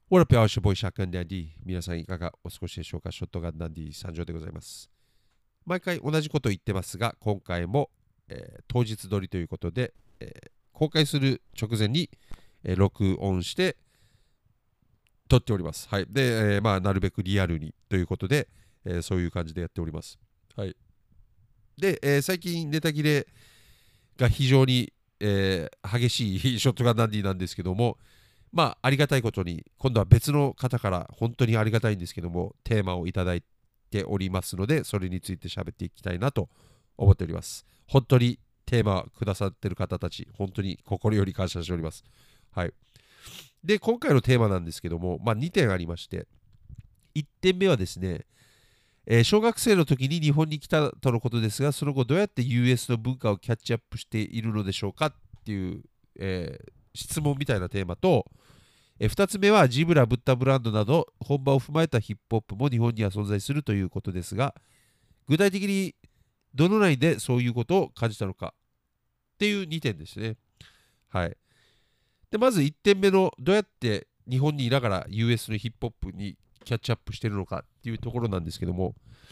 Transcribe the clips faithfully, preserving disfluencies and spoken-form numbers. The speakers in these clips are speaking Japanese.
What up, y'all? ボイシャークンダンディ。皆さんいかがお過ごしでしょうか？ショットガンダンディ参上でございます。毎回同じこと言ってますが、今回も、えー当日撮りということで、えー公開する直前に、えー録音して撮っております。はい。で、えーまあ、なるべくリアルにということで、えーそういう感じでやっております。はい。で、えー最近ネタ切れが非常に、えー激しいショットガンダンディなんですけども、まあ、ありがたいことに、今度は別の方から本当にありがたいんですけども、テーマをいただいておりますので、それについて喋っていきたいなと思っております。本当にテーマくださってる方たち、本当に心より感謝しております。はい。で、今回のテーマなんですけども、まあ、にてんありまして、いってんめはですね、えー小学生の時に日本に来たとのことですが、その後どうやって ユーエス の文化をキャッチアップしているのでしょうかっていう、えー質問みたいなテーマと、えふたつめはジブラ、ブッダブランドなど本場を踏まえたヒップホップも日本には存在するということですが、具体的にどのラインでそういうことを感じたのかっていうにてんですね。はい。で、まずいってんめのどうやって日本にいながら ユーエス のヒップホップにキャッチアップしてるのかっていうところなんですけども、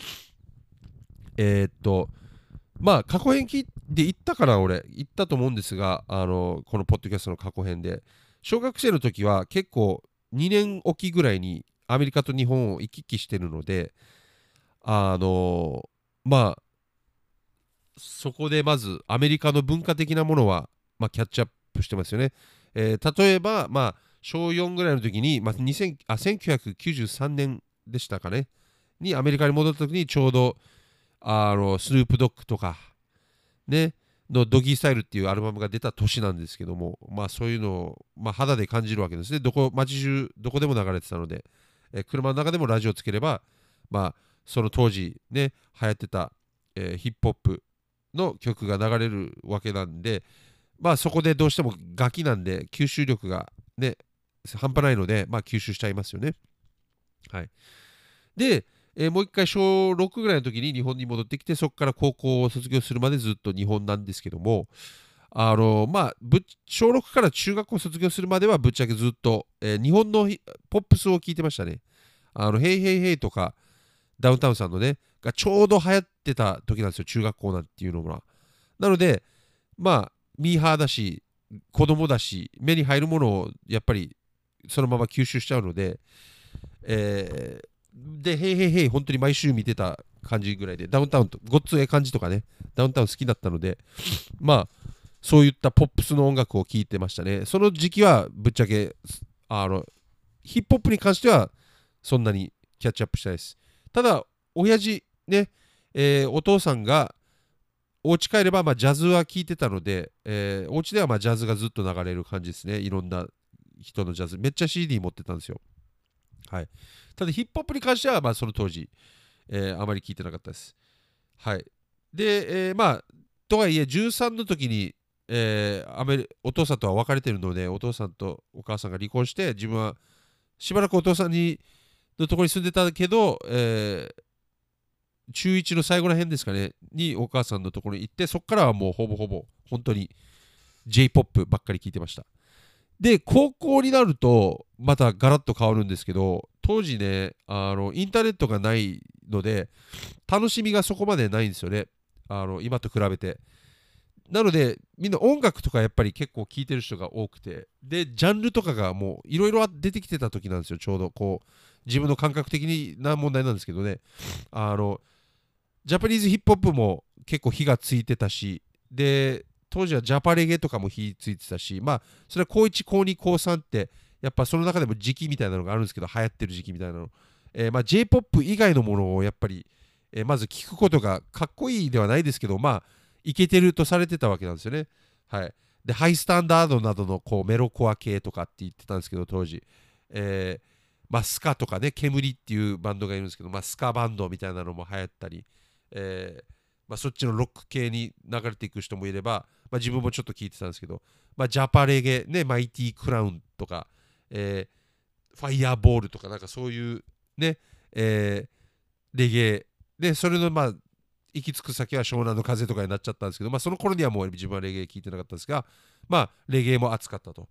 えーっと、まあ過去編で言ったかな、俺。言ったと思うんですが、あの、このポッドキャストの過去編で、小学生の時は結構にねんおきぐらいにアメリカと日本を行き来してるので、あの、まあ、そこでまずアメリカの文化的なものは、まあ、キャッチアップしてますよね。えー例えば、まあ、小よんぐらいの時に、まあ、にせんあせんきゅうひゃくきゅうじゅうさんねんでしたかね、にアメリカに戻った時にちょうどあのスヌープドッグとか、ね、のドギースタイルっていうアルバムが出た年なんですけども、まあそういうのを、まあ、肌で感じるわけですね。どこ、街中、どこでも流れてたので、えー車の中でもラジオつければ、まあその当時ね、流行ってた、えーヒップホップの曲が流れるわけなんで、まあそこでどうしてもガキなんで吸収力がね、半端ないので、まあ吸収しちゃいますよね。はい。で、えーもう一回小ろくぐらいの時に日本に戻ってきて、そこから高校を卒業するまでずっと日本なんですけども、あのまあ、ぶ小ろくから中学校卒業するまではぶっちゃけずっと、えー日本のポップスを聴いてましたね。あの、ヘイヘイヘイとか、ダウンタウンさんのね、がちょうど流行ってた時なんですよ、中学校なんていうのは。なので、まあ、ミーハーだし、子供だし、目に入るものをやっぱりそのまま吸収しちゃうので、えーで、へいへいへい、本当に毎週見てた感じぐらいで、ダウンタウンと、ごっつええ感じとかね、ダウンタウン好きだったので、まあ、そういったポップスの音楽を聴いてましたね。その時期は、ぶっちゃけ、あの、ヒップホップに関しては、そんなにキャッチアップしたいです。ただ、親父、ね、えーお父さんが、お家帰れば、まあ、ジャズは聴いてたので、えーお家ではまあジャズがずっと流れる感じですね。いろんな人のジャズ。めっちゃ シーディー 持ってたんですよ。はい。ただ、ヒップホップに関しては、まあ、その当時、えーあまり聞いてなかったです。はい。で、えーまあ、とはいえ、じゅうさんの時に、えーアメリお父さんとは別れてるので、お父さんとお母さんが離婚して、自分はしばらくお父さんにのところに住んでたけど、えー中いちの最後ら辺ですかね、にお母さんのところに行って、そこからはもうほぼほぼ、本当に J-ジェイポップ ばっかり聞いてました。で、高校になると、またガラッと変わるんですけど、当時ね、あのインターネットがないので、楽しみがそこまでないんですよね。あの今と比べて。なので、みんな音楽とかやっぱり結構聴いてる人が多くて、で、ジャンルとかがもういろいろ出てきてた時なんですよ、ちょうど。こう、自分の感覚的な問題なんですけどね。あの、ジャパニーズヒップホップも結構火がついてたし、で、当時はジャパレゲとかも火ついてたし、まあ、それは高いち、高に、高さんって、やっぱその中でも時期みたいなのがあるんですけど、流行ってる時期みたいなの。えーまあ、J-ジェイポップ 以外のものをやっぱり、えーまず聞くことがかっこいいではないですけど、まあ、いけてるとされてたわけなんですよね。はい。で、ハイスタンダードなどのこうメロコア系とかって言ってたんですけど、当時。えーまあ、スカとかね、煙っていうバンドがいるんですけど、まあ、スカバンドみたいなのも流行ったり、えーまあ、そっちのロック系に流れていく人もいれば、まあ、自分もちょっと聞いてたんですけど、まあ、ジャパレゲ、ね、マイティクラウンとか、えーファイヤーボールとか、なんかそういうね、えーレゲエ、で、それのまあ、行き着く先は湘南の風とかになっちゃったんですけど、まあ、その頃にはもう自分はレゲエ聞いてなかったんですが、まあ、レゲエも熱かったと。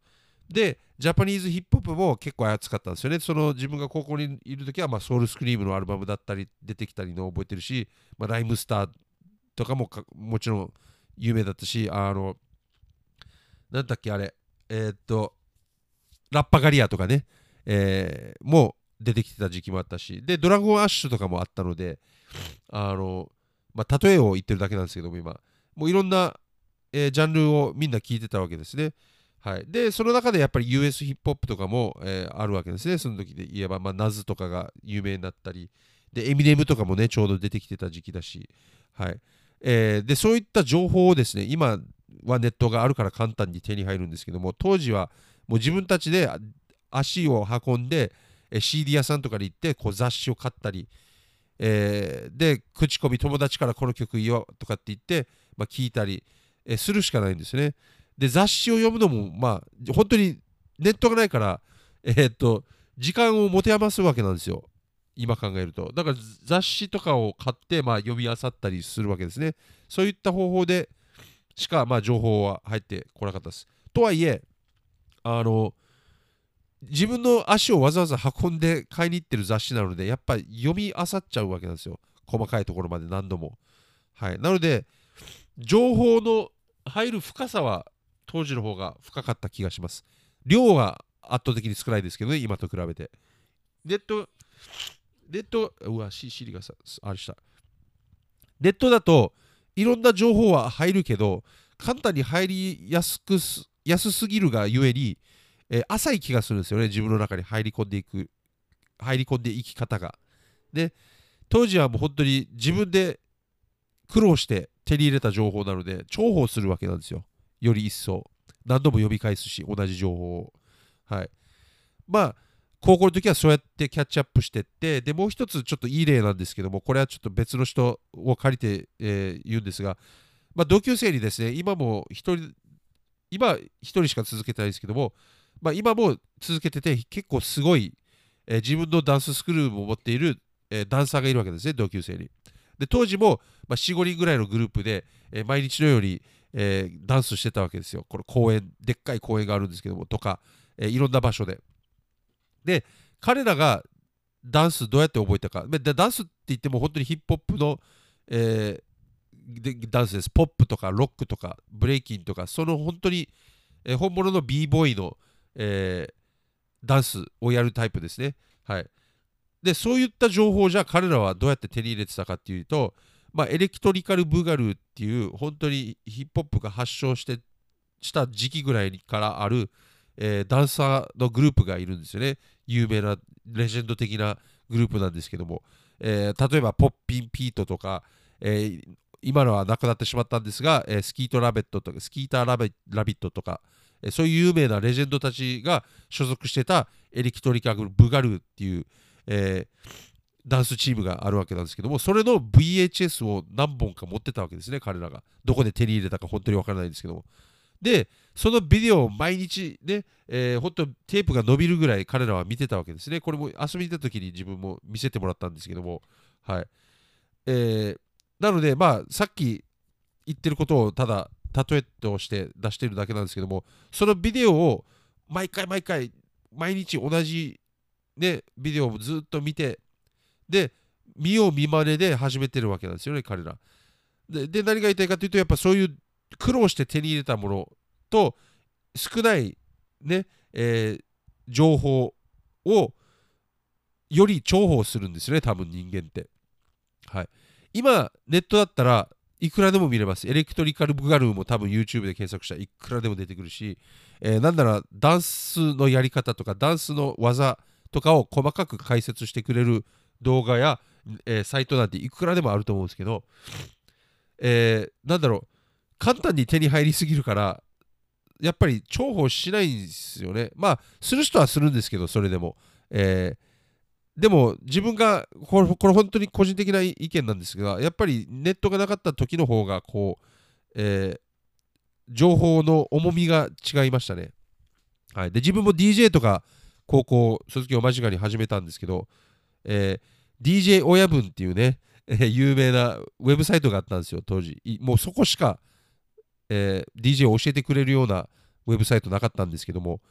で、ジャパニーズヒップホップも結構扱ったんですよね。その自分が高校にいるときは、まあ、ソウルスクリームのアルバムだったり出てきたりのを覚えてるし、まあ、ライムスターとかもかもちろん有名だったし、あの、なんだっけあれ、えーっと、ラッパガリアとかね、えーもう出てきてた時期もあったし、で、ドラゴンアッシュとかもあったので、あの、まあ、例えを言ってるだけなんですけども、今、もういろんな、えージャンルをみんな聞いてたわけですね。はい、で、その中でやっぱり ユーエス ヒップホップとかも、えーあるわけですね。その時で言えば、まあ、ナズとかが有名になったり、で、エミネムとかもね、ちょうど出てきてた時期だし、はい。えーで、そういった情報をですね、今はネットがあるから簡単に手に入るんですけども、当時はもう自分たちで足を運んで、えー シーディー 屋さんとかに行って、こう雑誌を買ったり、えーで、口コミ、友達からこの曲いいよとかって言って、まあ、聞いたり、えーするしかないんですね。で、雑誌を読むのも、まあ、本当にネットがないから、えーっと、時間を持て余すわけなんですよ。今考えると。だから雑誌とかを買って、まあ、読み漁ったりするわけですね。そういった方法でしか、まあ、情報は入ってこなかったです。とはいえ、あの、自分の足をわざわざ運んで買いに行ってる雑誌なので、やっぱり読み漁っちゃうわけなんですよ。細かいところまで何度も。はい。なので、情報の入る深さは当時の方が深かった気がします。量が圧倒的に少ないですけどね、今と比べて。ネット、ネット、うわ、シシリがさ、あれした。ネットだといろんな情報は入るけど、簡単に入りやすくす、安すぎるがゆえに、えー浅い気がするんですよね、自分の中に入り込んでいく、入り込んでいき方が。で、当時はもう本当に自分で苦労して手に入れた情報なので、重宝するわけなんですよ。より一層。何度も読み返すし、同じ情報を。はい。まあ、高校の時はそうやってキャッチアップしてって、で、もう一つちょっといい例なんですけども、これはちょっと別の人を借りて、えー言うんですが、まあ、同級生にですね、今も一人、今一人しか続けてないですけども、まあ、今も続けてて、結構すごい、えー自分のダンススクールも持っている、えーダンサーがいるわけですね、同級生に。で、当時も、まあ、よん、ごにんぐらいのグループで、えー毎日のように、えーダンスしてたわけですよ。これ公園、でっかい公園があるんですけども、とか、えーいろんな場所で。で、彼らがダンスどうやって覚えたか。でダンスって言っても本当にヒップホップの、えーでダンスです。ポップとかロックとかブレイキンとか、その本当に、えー本物の b ボーイの、えーダンスをやるタイプですね。はい。で、そういった情報をじゃあ彼らはどうやって手に入れてたかっていうと、まあ、エレクトリカル・ブガルーっていう本当にヒップホップが発祥してした時期ぐらいからある、えーダンサーのグループがいるんですよね。有名なレジェンド的なグループなんですけども、えー例えばポッピン・ピートとか、えー今のはなくなってしまったんですが、えースキート・ラベットとかスキーターラベ・ラビットとか、えーそういう有名なレジェンドたちが所属してたエレクトリカル・ブガルーっていう、えーダンスチームがあるわけなんですけども、それの ブイエイチエス を何本か持ってたわけですね、彼らが。どこで手に入れたか本当にわからないんですけども。で、そのビデオを毎日ね、えー、本当テープが伸びるぐらい彼らは見てたわけですね。これも遊びに行った時に自分も見せてもらったんですけども、はい。えーなので、まあ、さっき言ってることをただ例えとして出してるだけなんですけども、そのビデオを毎回毎回、毎日同じ、ね、ビデオをずっと見て、で、見よう見まねで始めてるわけなんですよね、彼ら。で、で何が言いたいかというと、やっぱそういう苦労して手に入れたものと少ないね、えー情報をより重宝するんですよね、多分人間って。はい。今、ネットだったらいくらでも見れます。エレクトリカルブガルーも多分 YouTube で検索したらいくらでも出てくるし、えーなんならダンスのやり方とかダンスの技とかを細かく解説してくれる動画や、えーサイトなんていくらでもあると思うんですけど、えーなんだろう、簡単に手に入りすぎるから、やっぱり重宝しないんですよね。まあ、する人はするんですけど、それでも。えーでも、自分が、これ、これ本当に個人的な意見なんですが、やっぱりネットがなかった時の方が、こう、えー情報の重みが違いましたね。はい。で、自分も ディージェー とか、高校、卒業間近に始めたんですけど、えー ディージェー 親分っていうね、えー有名なウェブサイトがあったんですよ、当時。いもうそこしか、えー ディージェー を教えてくれるようなウェブサイトなかったんですけども、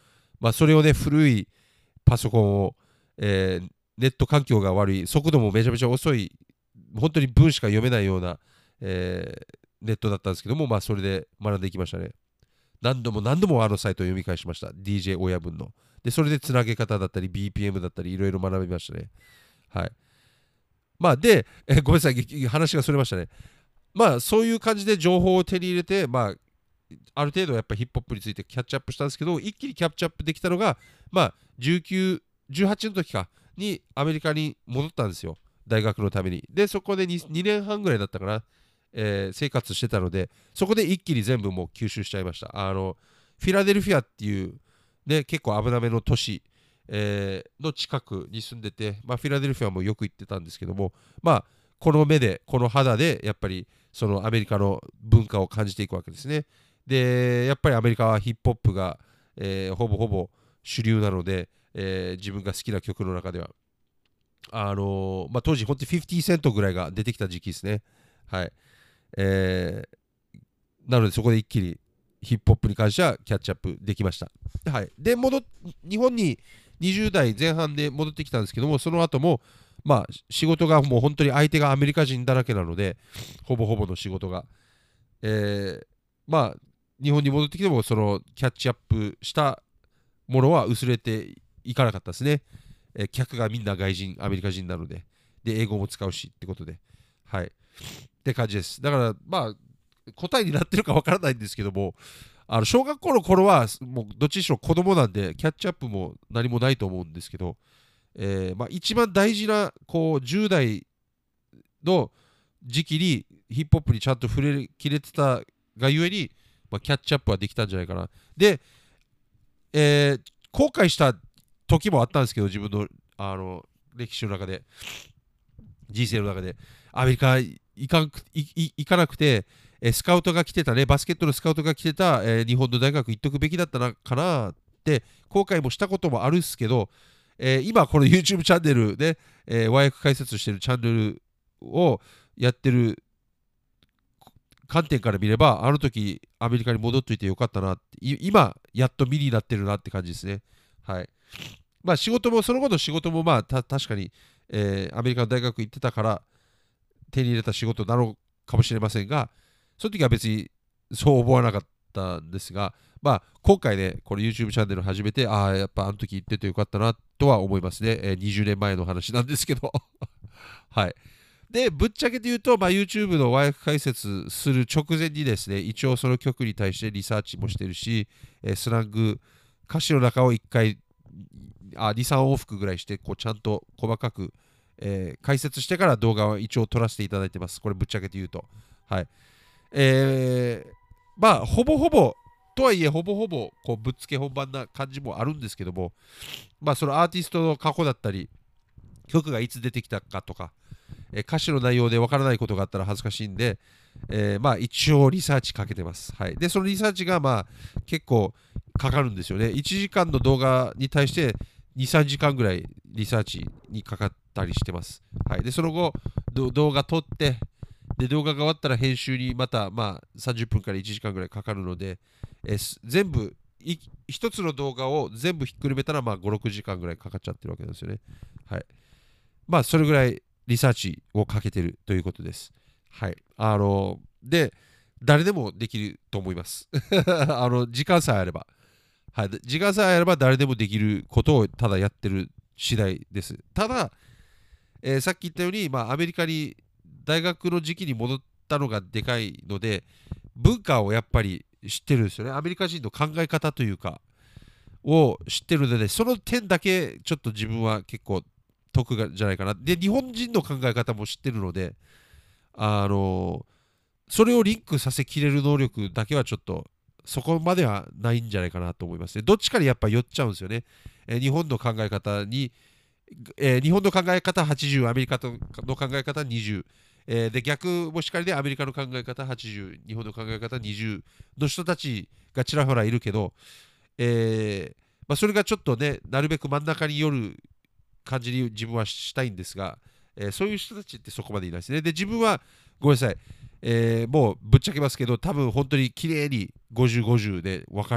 まあ、それをね、古いパソコンを、えーネット環境が悪い、速度もめちゃめちゃ遅い、本当に文しか読めないような、えーネットだったんですけども、まあ、それで学んでいきましたね。何度も何度もあのサイトを読み返しました。ディージェー 親分の。で、それでつなげ方だったり、ビーピーエム だったり、いろいろ学びましたね。はい。まあ、で、えごめんなさい、話がそれましたね。まあ、そういう感じで情報を手に入れて、まあ、ある程度やっぱヒップホップについてキャッチアップしたんですけど、一気にキャッチアップできたのが、まあ、じゅうきゅう、じゅうはちの時かにアメリカに戻ったんですよ。大学のために。で、そこで 2, にねんはんぐらいだったかな、えー生活してたので、そこで一気に全部もう吸収しちゃいました。あの、フィラデルフィアっていう、ね、結構危なめの都市、えーの近くに住んでて、まあ、フィラデルフィアもよく行ってたんですけども、まあ、この目で、この肌で、やっぱりそのアメリカの文化を感じていくわけですね。で、やっぱりアメリカはヒップホップが、えーほぼほぼ主流なので、えー自分が好きな曲の中では、あのーまあ、当時、本当にフィフティーセントぐらいが出てきた時期ですね。はい。えーなので、そこで一気にヒップホップに関してはキャッチアップできました。はい。で、戻っ日本ににじゅう代前半で戻ってきたんですけども、その後も、まあ、仕事がもう本当に相手がアメリカ人だらけなので、ほぼほぼの仕事が。えーまあ、日本に戻ってきても、そのキャッチアップしたものは薄れていかなかったですね。えー客がみんな外人、アメリカ人なので、で、英語も使うしってことで、はい。って感じです。だから、まあ、答えになってるかわからないんですけども、あの小学校の頃は、もうどっちにしろ子供なんで、キャッチアップも何もないと思うんですけど、えーまあ、一番大事なこうじゅう代の時期にヒップホップにちゃんと触れきれてたがゆえに、まあ、キャッチアップはできたんじゃないかな。で、えー後悔した時もあったんですけど、自分のあの歴史の中で、人生の中で、アメリカ行かんくいい行かなくて、えースカウトが来てたね、バスケットのスカウトが来てた、えー日本の大学行っとくべきだったのかなって後悔もしたこともあるんですけど、えー今この YouTube チャンネルで、えー、和訳解説してるチャンネルをやってる観点から見れば、あの時アメリカに戻っといてよかったなって、い今やっと身になってるなって感じですね。はい。まあ仕事も、その後の仕事もまあた確かに、えーアメリカの大学行ってたから手に入れた仕事なのかもしれませんが、その時は別にそう思わなかったんですが、まあ今回ね、この YouTube チャンネル始めて、ああ、やっぱあの時行っててよかったなとは思いますね。えーにじゅうねんまえの話なんですけど。はい。で、ぶっちゃけて言うと、まあ、YouTube の和訳解説する直前にですね、一応その曲に対してリサーチもしてるし、えースラング、歌詞の中をいっかい、あ、に、さん往復ぐらいして、こうちゃんと細かく、えー解説してから動画は一応撮らせていただいてます。これぶっちゃけて言うと。はい。えーまあ、ほぼほぼ、とはいえ、ほぼほぼこうぶっつけ本番な感じもあるんですけども、まあ、そのアーティストの過去だったり、曲がいつ出てきたかとか、えー歌詞の内容でわからないことがあったら恥ずかしいんで、えーまあ一応リサーチかけてます。はい。で、そのリサーチがまあ結構かかるんですよね。いちじかんの動画に対してに、さんじかんぐらいリサーチにかかったりしてます。はい。で、その後、ど動画撮って、で、動画が終わったら編集にまたまあさんじゅっぷんからいちじかんぐらいかかるので、えーす全部、い一つの動画を全部ひっくるめたらまあご、ろくじかんぐらいかかっちゃってるわけなんですよね。はい。まあ、それぐらいリサーチをかけてるということです。はい。あの、で、誰でもできると思います。あの、時間さえあれば。はい。時間さえあれば誰でもできることをただやってる次第です。ただ、えーさっき言ったように、まあ、アメリカに大学の時期に戻ったのがでかいので、文化をやっぱり知ってるんですよね。アメリカ人の考え方というか、を知ってるので、その点だけちょっと自分は結構得がじゃないかな。で、日本人の考え方も知ってるので、あのそれをリンクさせきれる能力だけはちょっとそこまではないんじゃないかなと思いますね。どっちかにやっぱ寄っちゃうんですよね。えー日本の考え方に、えー日本の考え方はちじゅう、アメリカの考え方にじゅう、えーで逆もしかりでアメリカの考え方はちじゅう、日本の考え方にじゅうの人たちがちらほらいるけど、えーまあ、それがちょっとね、なるべく真ん中に寄る感じに自分はしたいんですが、えーそういう人たちってそこまでいないですね。で、自分は、ごめんなさい、えーもうぶっちゃけますけど、多分本当に綺麗にごじゅう、ごじゅうで分かれ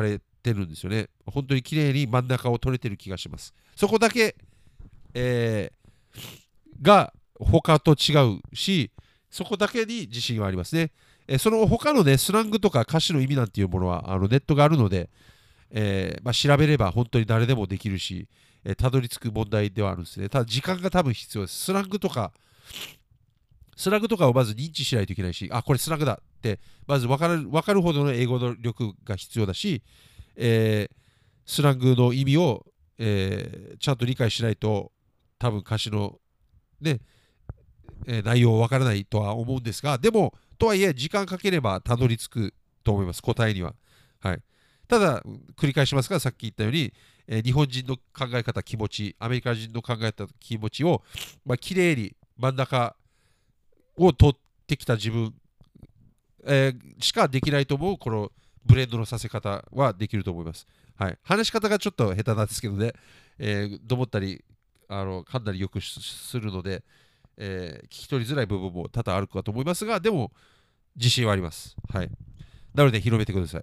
てるんですよね。本当に綺麗に真ん中を取れてる気がします。そこだけ、えーが他と違うし、そこだけに自信はありますね。えーその他のね、スラングとか歌詞の意味なんていうものはあのネットがあるので、えーまあ、調べれば本当に誰でもできるし、えーたどり着く問題ではあるんですね。ただ時間が多分必要です。スラングとか、スラングとかをまず認知しないといけないし、あ、これスラングだって、まず分かる、分かるほどの英語の力が必要だし、えースラングの意味を、えーちゃんと理解しないと、多分歌詞の、ね、えー内容わからないとは思うんですが、でも、とはいえ、時間かければたどり着くと思います、答えには。はい、ただ、繰り返しますが、さっき言ったように、えー日本人の考え方、気持ち、アメリカ人の考え方、気持ちを、まあ、きれいに真ん中を取ってきた自分、えーしかできないと思う、このブレンドのさせ方はできると思います。はい、話し方がちょっと下手なんですけどね、えー、どもったり、あの噛んだりよくするので、えー聞き取りづらい部分も多々あるかと思いますが、でも、自信はあります。はい。なので、広めてください。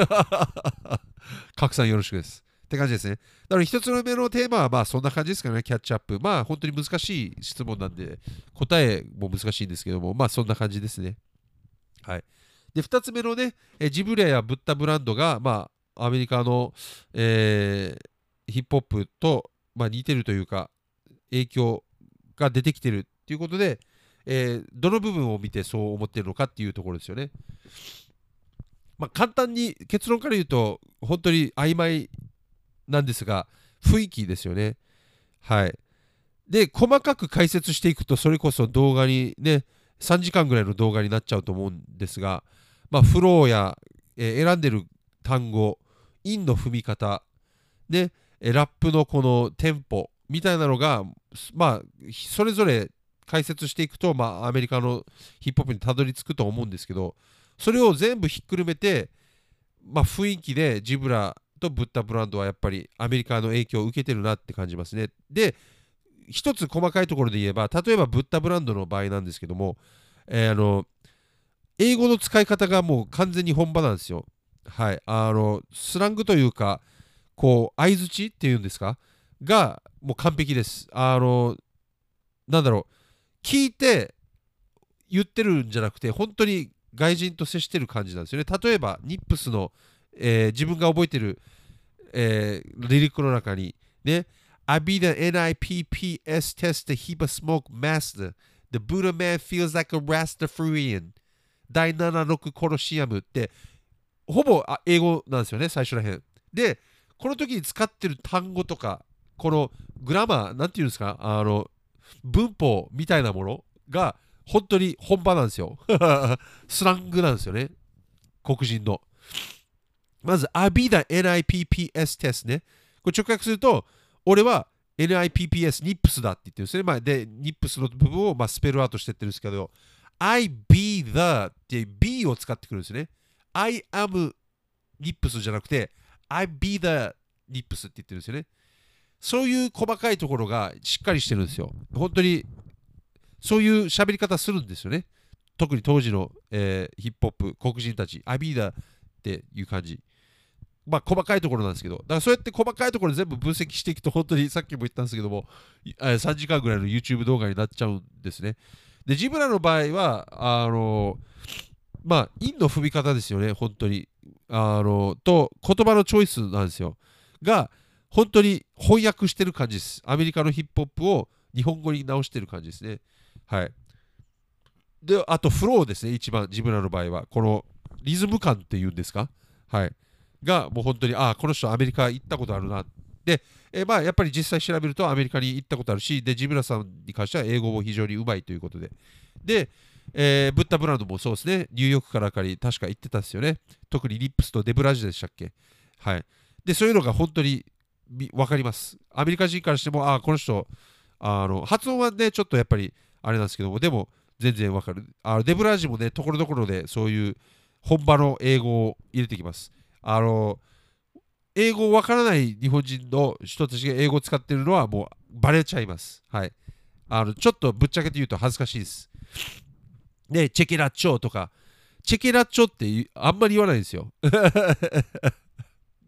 拡散よろしくです。って感じですね。なので、一つ目のテーマは、まあ、そんな感じですかね、キャッチアップ。まあ、本当に難しい質問なんで、答えも難しいんですけども、まあ、そんな感じですね。はい。で、二つ目のね、えジブリやブッダブランドが、まあ、アメリカの、えーヒップホップと、まあ、似てるというか、影響が出てきてるっていうことで、えーどの部分を見てそう思ってるのかっていうところですよね。まあ、簡単に結論から言うと、本当に曖昧なんですが、雰囲気ですよね。はい。で、細かく解説していくと、それこそ動画にね、さんじかんぐらいの動画になっちゃうと思うんですが、まあ、フローや、えー選んでる単語、韻の踏み方、ね、えーラップのこのテンポみたいなのが、まあ、それぞれ解説していくと、まあ、アメリカのヒップホップにたどり着くと思うんですけど、それを全部ひっくるめて、まあ、雰囲気でジブラとブッダブランドはやっぱりアメリカの影響を受けてるなって感じますね。で、一つ細かいところで言えば、例えばブッダブランドの場合なんですけども、えーあの英語の使い方がもう完全に本場なんですよ。はい。あの、スラングというか、こう、相づちっていうんですかが、もう完璧です。あの、なんだろう、聞いて言ってるんじゃなくて、本当に外人と接してる感じなんですよね。例えば、ニップスの、えー自分が覚えてる、えーリリックの中に、ね、I be theエヌアイピーピーエスtest the heap of smoke master. The Buddha man feels like a Rastafarian. だいななじゅうろくコロシアムって、ほぼあ英語なんですよね、最初らへん。で、この時に使ってる単語とか、このグラマー、なんていうんですか、あの、文法みたいなものが、本当に本場なんですよ。スラングなんですよね、黒人の。まず、アビダ エヌアイピーピーエス テストね。これ直訳すると、俺は エヌアイピーピーエス、ニップスだって言ってるんですね。まあ、で、ニップスの部分をまあスペルアウトしてってるんですけど、I be the って be を使ってくるんですね。I am ニップスじゃなくて、I be the ニップスって言ってるんですよね。そういう細かいところがしっかりしてるんですよ。本当に、そういう喋り方するんですよね。特に当時の、えーヒップホップ、黒人たち、I be the っていう感じ。まあ、細かいところなんですけど、だからそうやって細かいところ全部分析していくと、本当にさっきも言ったんですけども、さんじかんぐらいの YouTube 動画になっちゃうんですね。で、ジブラの場合は、あの、まあ、韻の踏み方ですよね、本当に。あの、と、言葉のチョイスなんですよ。が、本当に翻訳してる感じです。アメリカのヒップホップを日本語に直してる感じですね。はい。で、あと、フローですね、一番、ジブラの場合は。このリズム感っていうんですか。はい。が、もう本当に、ああ、この人アメリカ行ったことあるな。で、えーまあ、やっぱり実際調べるとアメリカに行ったことあるし、で、ジブラさんに関しては英語も非常にうまいということで。で、えーブッダブランドもそうですね、ニューヨークからかり確か行ってたんですよね。特にリップスとデブラジでしたっけ。はい。で、そういうのが本当にみ分かります。アメリカ人からしても、ああ、この人、あの発音はね、ちょっとやっぱりあれなんですけども、でも全然わかる。あのデブラジもね、ところどころでそういう本場の英語を入れてきます。あの、英語わからない日本人の人たちが英語を使ってるのはもうバレちゃいます。はい。あの、ちょっとぶっちゃけて言うと恥ずかしいです。で、チェケラッチョとか、チェケラッチョってあんまり言わないんですよ。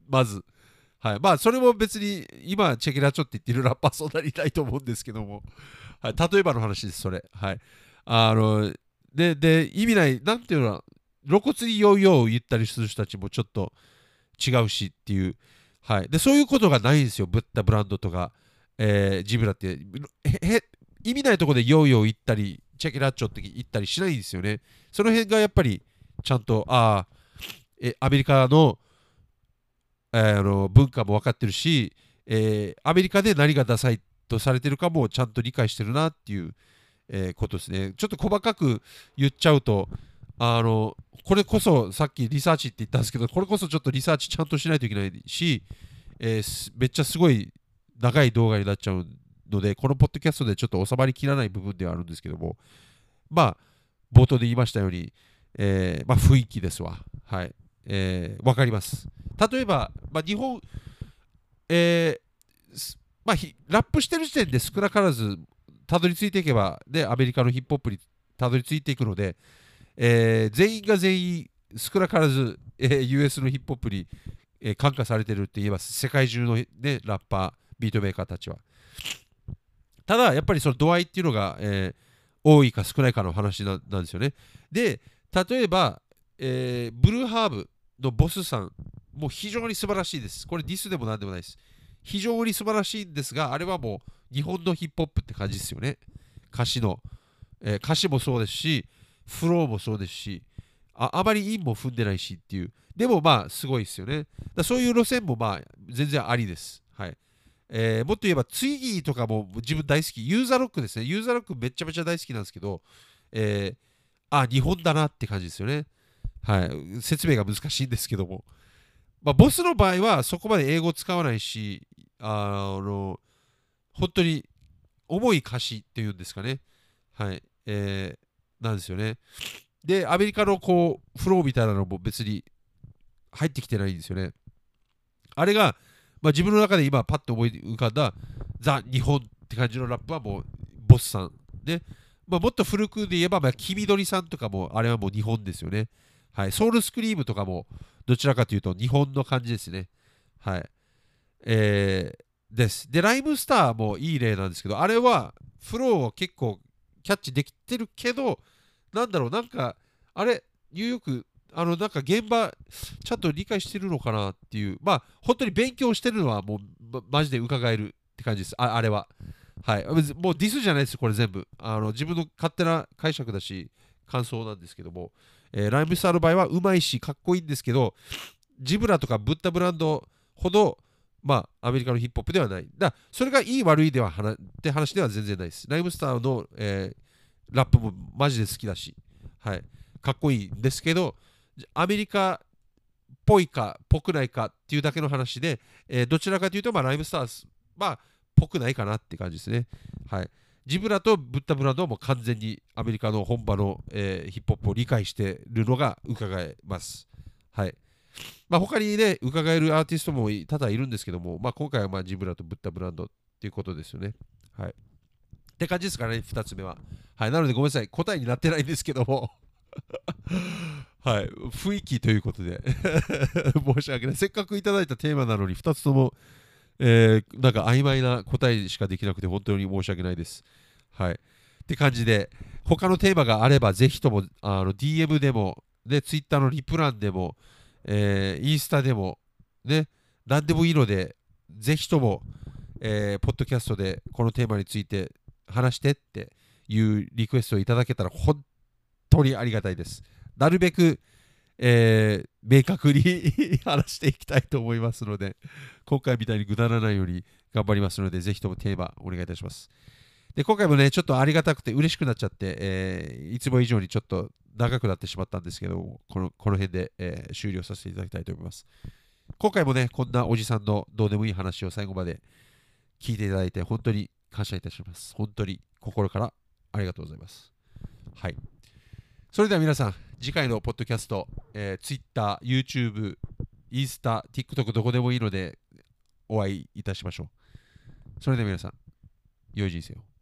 まず。はい。まあ、それも別に、今、チェケラチョって言ってるラッパーそんなにいないと思うんですけども。はい。例えばの話です、それ。はい。あの、で、で、意味ない、なんていうのかな、露骨にヨーヨーを言ったりする人たちもちょっと違うしっていう。はい。で、そういうことがないんですよ、ブッダブランドとか、えージブラって。へへ意味ないところでヨーヨー言ったり、チェケラッチョって言ったりしないんですよね。その辺がやっぱり、ちゃんと、ああ、えアメリカの、えーあの文化も分かってるし、えーアメリカで何がダサいとされてるかもちゃんと理解してるなっていう、えーことですね。ちょっと細かく言っちゃうと、あのこれこそさっきリサーチって言ったんですけど、これこそちょっとリサーチちゃんとしないといけないし、えーすめっちゃすごい長い動画になっちゃうので、このポッドキャストでちょっと収まりきらない部分ではあるんですけども、まあ、冒頭で言いましたように、えーまあ、雰囲気ですわ。はい。えーわかります。例えば、まあ、日本、えーすまあ、ひラップしてる時点で少なからずたどり着いていけば、で、アメリカのヒップホップにたどり着いていくので、えー全員が全員少なからず、えー ユーエス のヒップホップに、えー感化されてるって言えます。世界中の、ね、ラッパー、ビートメーカーたちは。ただ、やっぱりその度合いっていうのが、えー多いか少ないかの話ななんですよね。で、例えば、えーブルーハーブのボスさん、もう非常に素晴らしいです。これディスでもなんでもないです。非常に素晴らしいんですが、あれはもう日本のヒップホップって感じですよね。歌詞の、えー歌詞もそうですし、フローもそうですし、ああまり韻も踏んでないしっていう。でもまあ、すごいですよね。だそういう路線もまあ、全然ありです。はい。えーもっと言えば、ツイギーとかも自分大好き。ユーザーロックですね。ユーザーロックめちゃめちゃ大好きなんですけど、えーあ、日本だなって感じですよね。はい。説明が難しいんですけども。まあ、ボスの場合はそこまで英語を使わないし、あの、本当に重い歌詞っていうんですかね。はい。えーなんですよね。で、アメリカのこう、フローみたいなのも別に入ってきてないんですよね。あれが、まあ、自分の中で今パッと思い浮かんだザ・日本って感じのラップはもうボスさんで、まあ、もっと古くで言えば、まあ、黄緑さんとかもあれはもう日本ですよね。はい、ソウルスクリームとかもどちらかというと日本の感じですね。はい。えーです。で、ライムスターもいい例なんですけど、あれはフローを結構キャッチできてるけど、なんだろう、なんか、あれ、ニューヨーク、あの、なんか現場、ちゃんと理解してるのかなっていう、まあ、本当に勉強してるのはもう、ま、マジで伺えるって感じです、あ、あれは。はい。別にもうディスじゃないです、これ全部。あの自分の勝手な解釈だし、感想なんですけども、えーライムスターの場合はうまいし、かっこいいんですけど、ジブラとかブッダブランドほど、まあ、アメリカのヒップホップではない。だそれがいい悪いでは話って話では全然ないです。ライムスターの、えーラップもマジで好きだし、はい、かっこいいんですけど、アメリカっぽいか、ぽくないかっていうだけの話で、えーどちらかというと、まあ、ライムスターズ、まあ、ぽくないかなって感じですね。はい。ジブラとブッダブランドはもう完全にアメリカの本場の、えーヒップホップを理解しているのが伺えます。はい。まあ、他にね、伺えるアーティストも多々いるんですけども、まあ、今回はまあジブラとブッダブランドっていうことですよね。はい。って感じですかね、ふたつめは。はい。なのでごめんなさい。答えになってないんですけどもはい。雰囲気ということで申し訳ない。せっかくいただいたテーマなのにふたつとも、えーなんか曖昧な答えしかできなくて本当に申し訳ないです。はい。って感じで、他のテーマがあれば、ぜひともあの ディーエム でも、ね、Twitter のリプランでも、えーインスタでも、ね、何でもいいので、ぜひとも、えーポッドキャストでこのテーマについて話してっていうリクエストをいただけたら本当にありがたいです。なるべく、えー明確に話していきたいと思いますので、今回みたいにぐだらないように頑張りますので、ぜひともテーマお願いいたします。で、今回もね、ちょっとありがたくて嬉しくなっちゃって、えーいつも以上にちょっと長くなってしまったんですけど、このこの辺で、えー終了させていただきたいと思います。今回もね、こんなおじさんのどうでもいい話を最後まで聞いていただいて、本当に感謝いたします。本当に心からありがとうございます。はい。それでは皆さん、次回のポッドキャスト、えー、Twitter、YouTube、インスタ、TikTok どこでもいいのでお会いいたしましょう。それでは皆さん、良い人生を。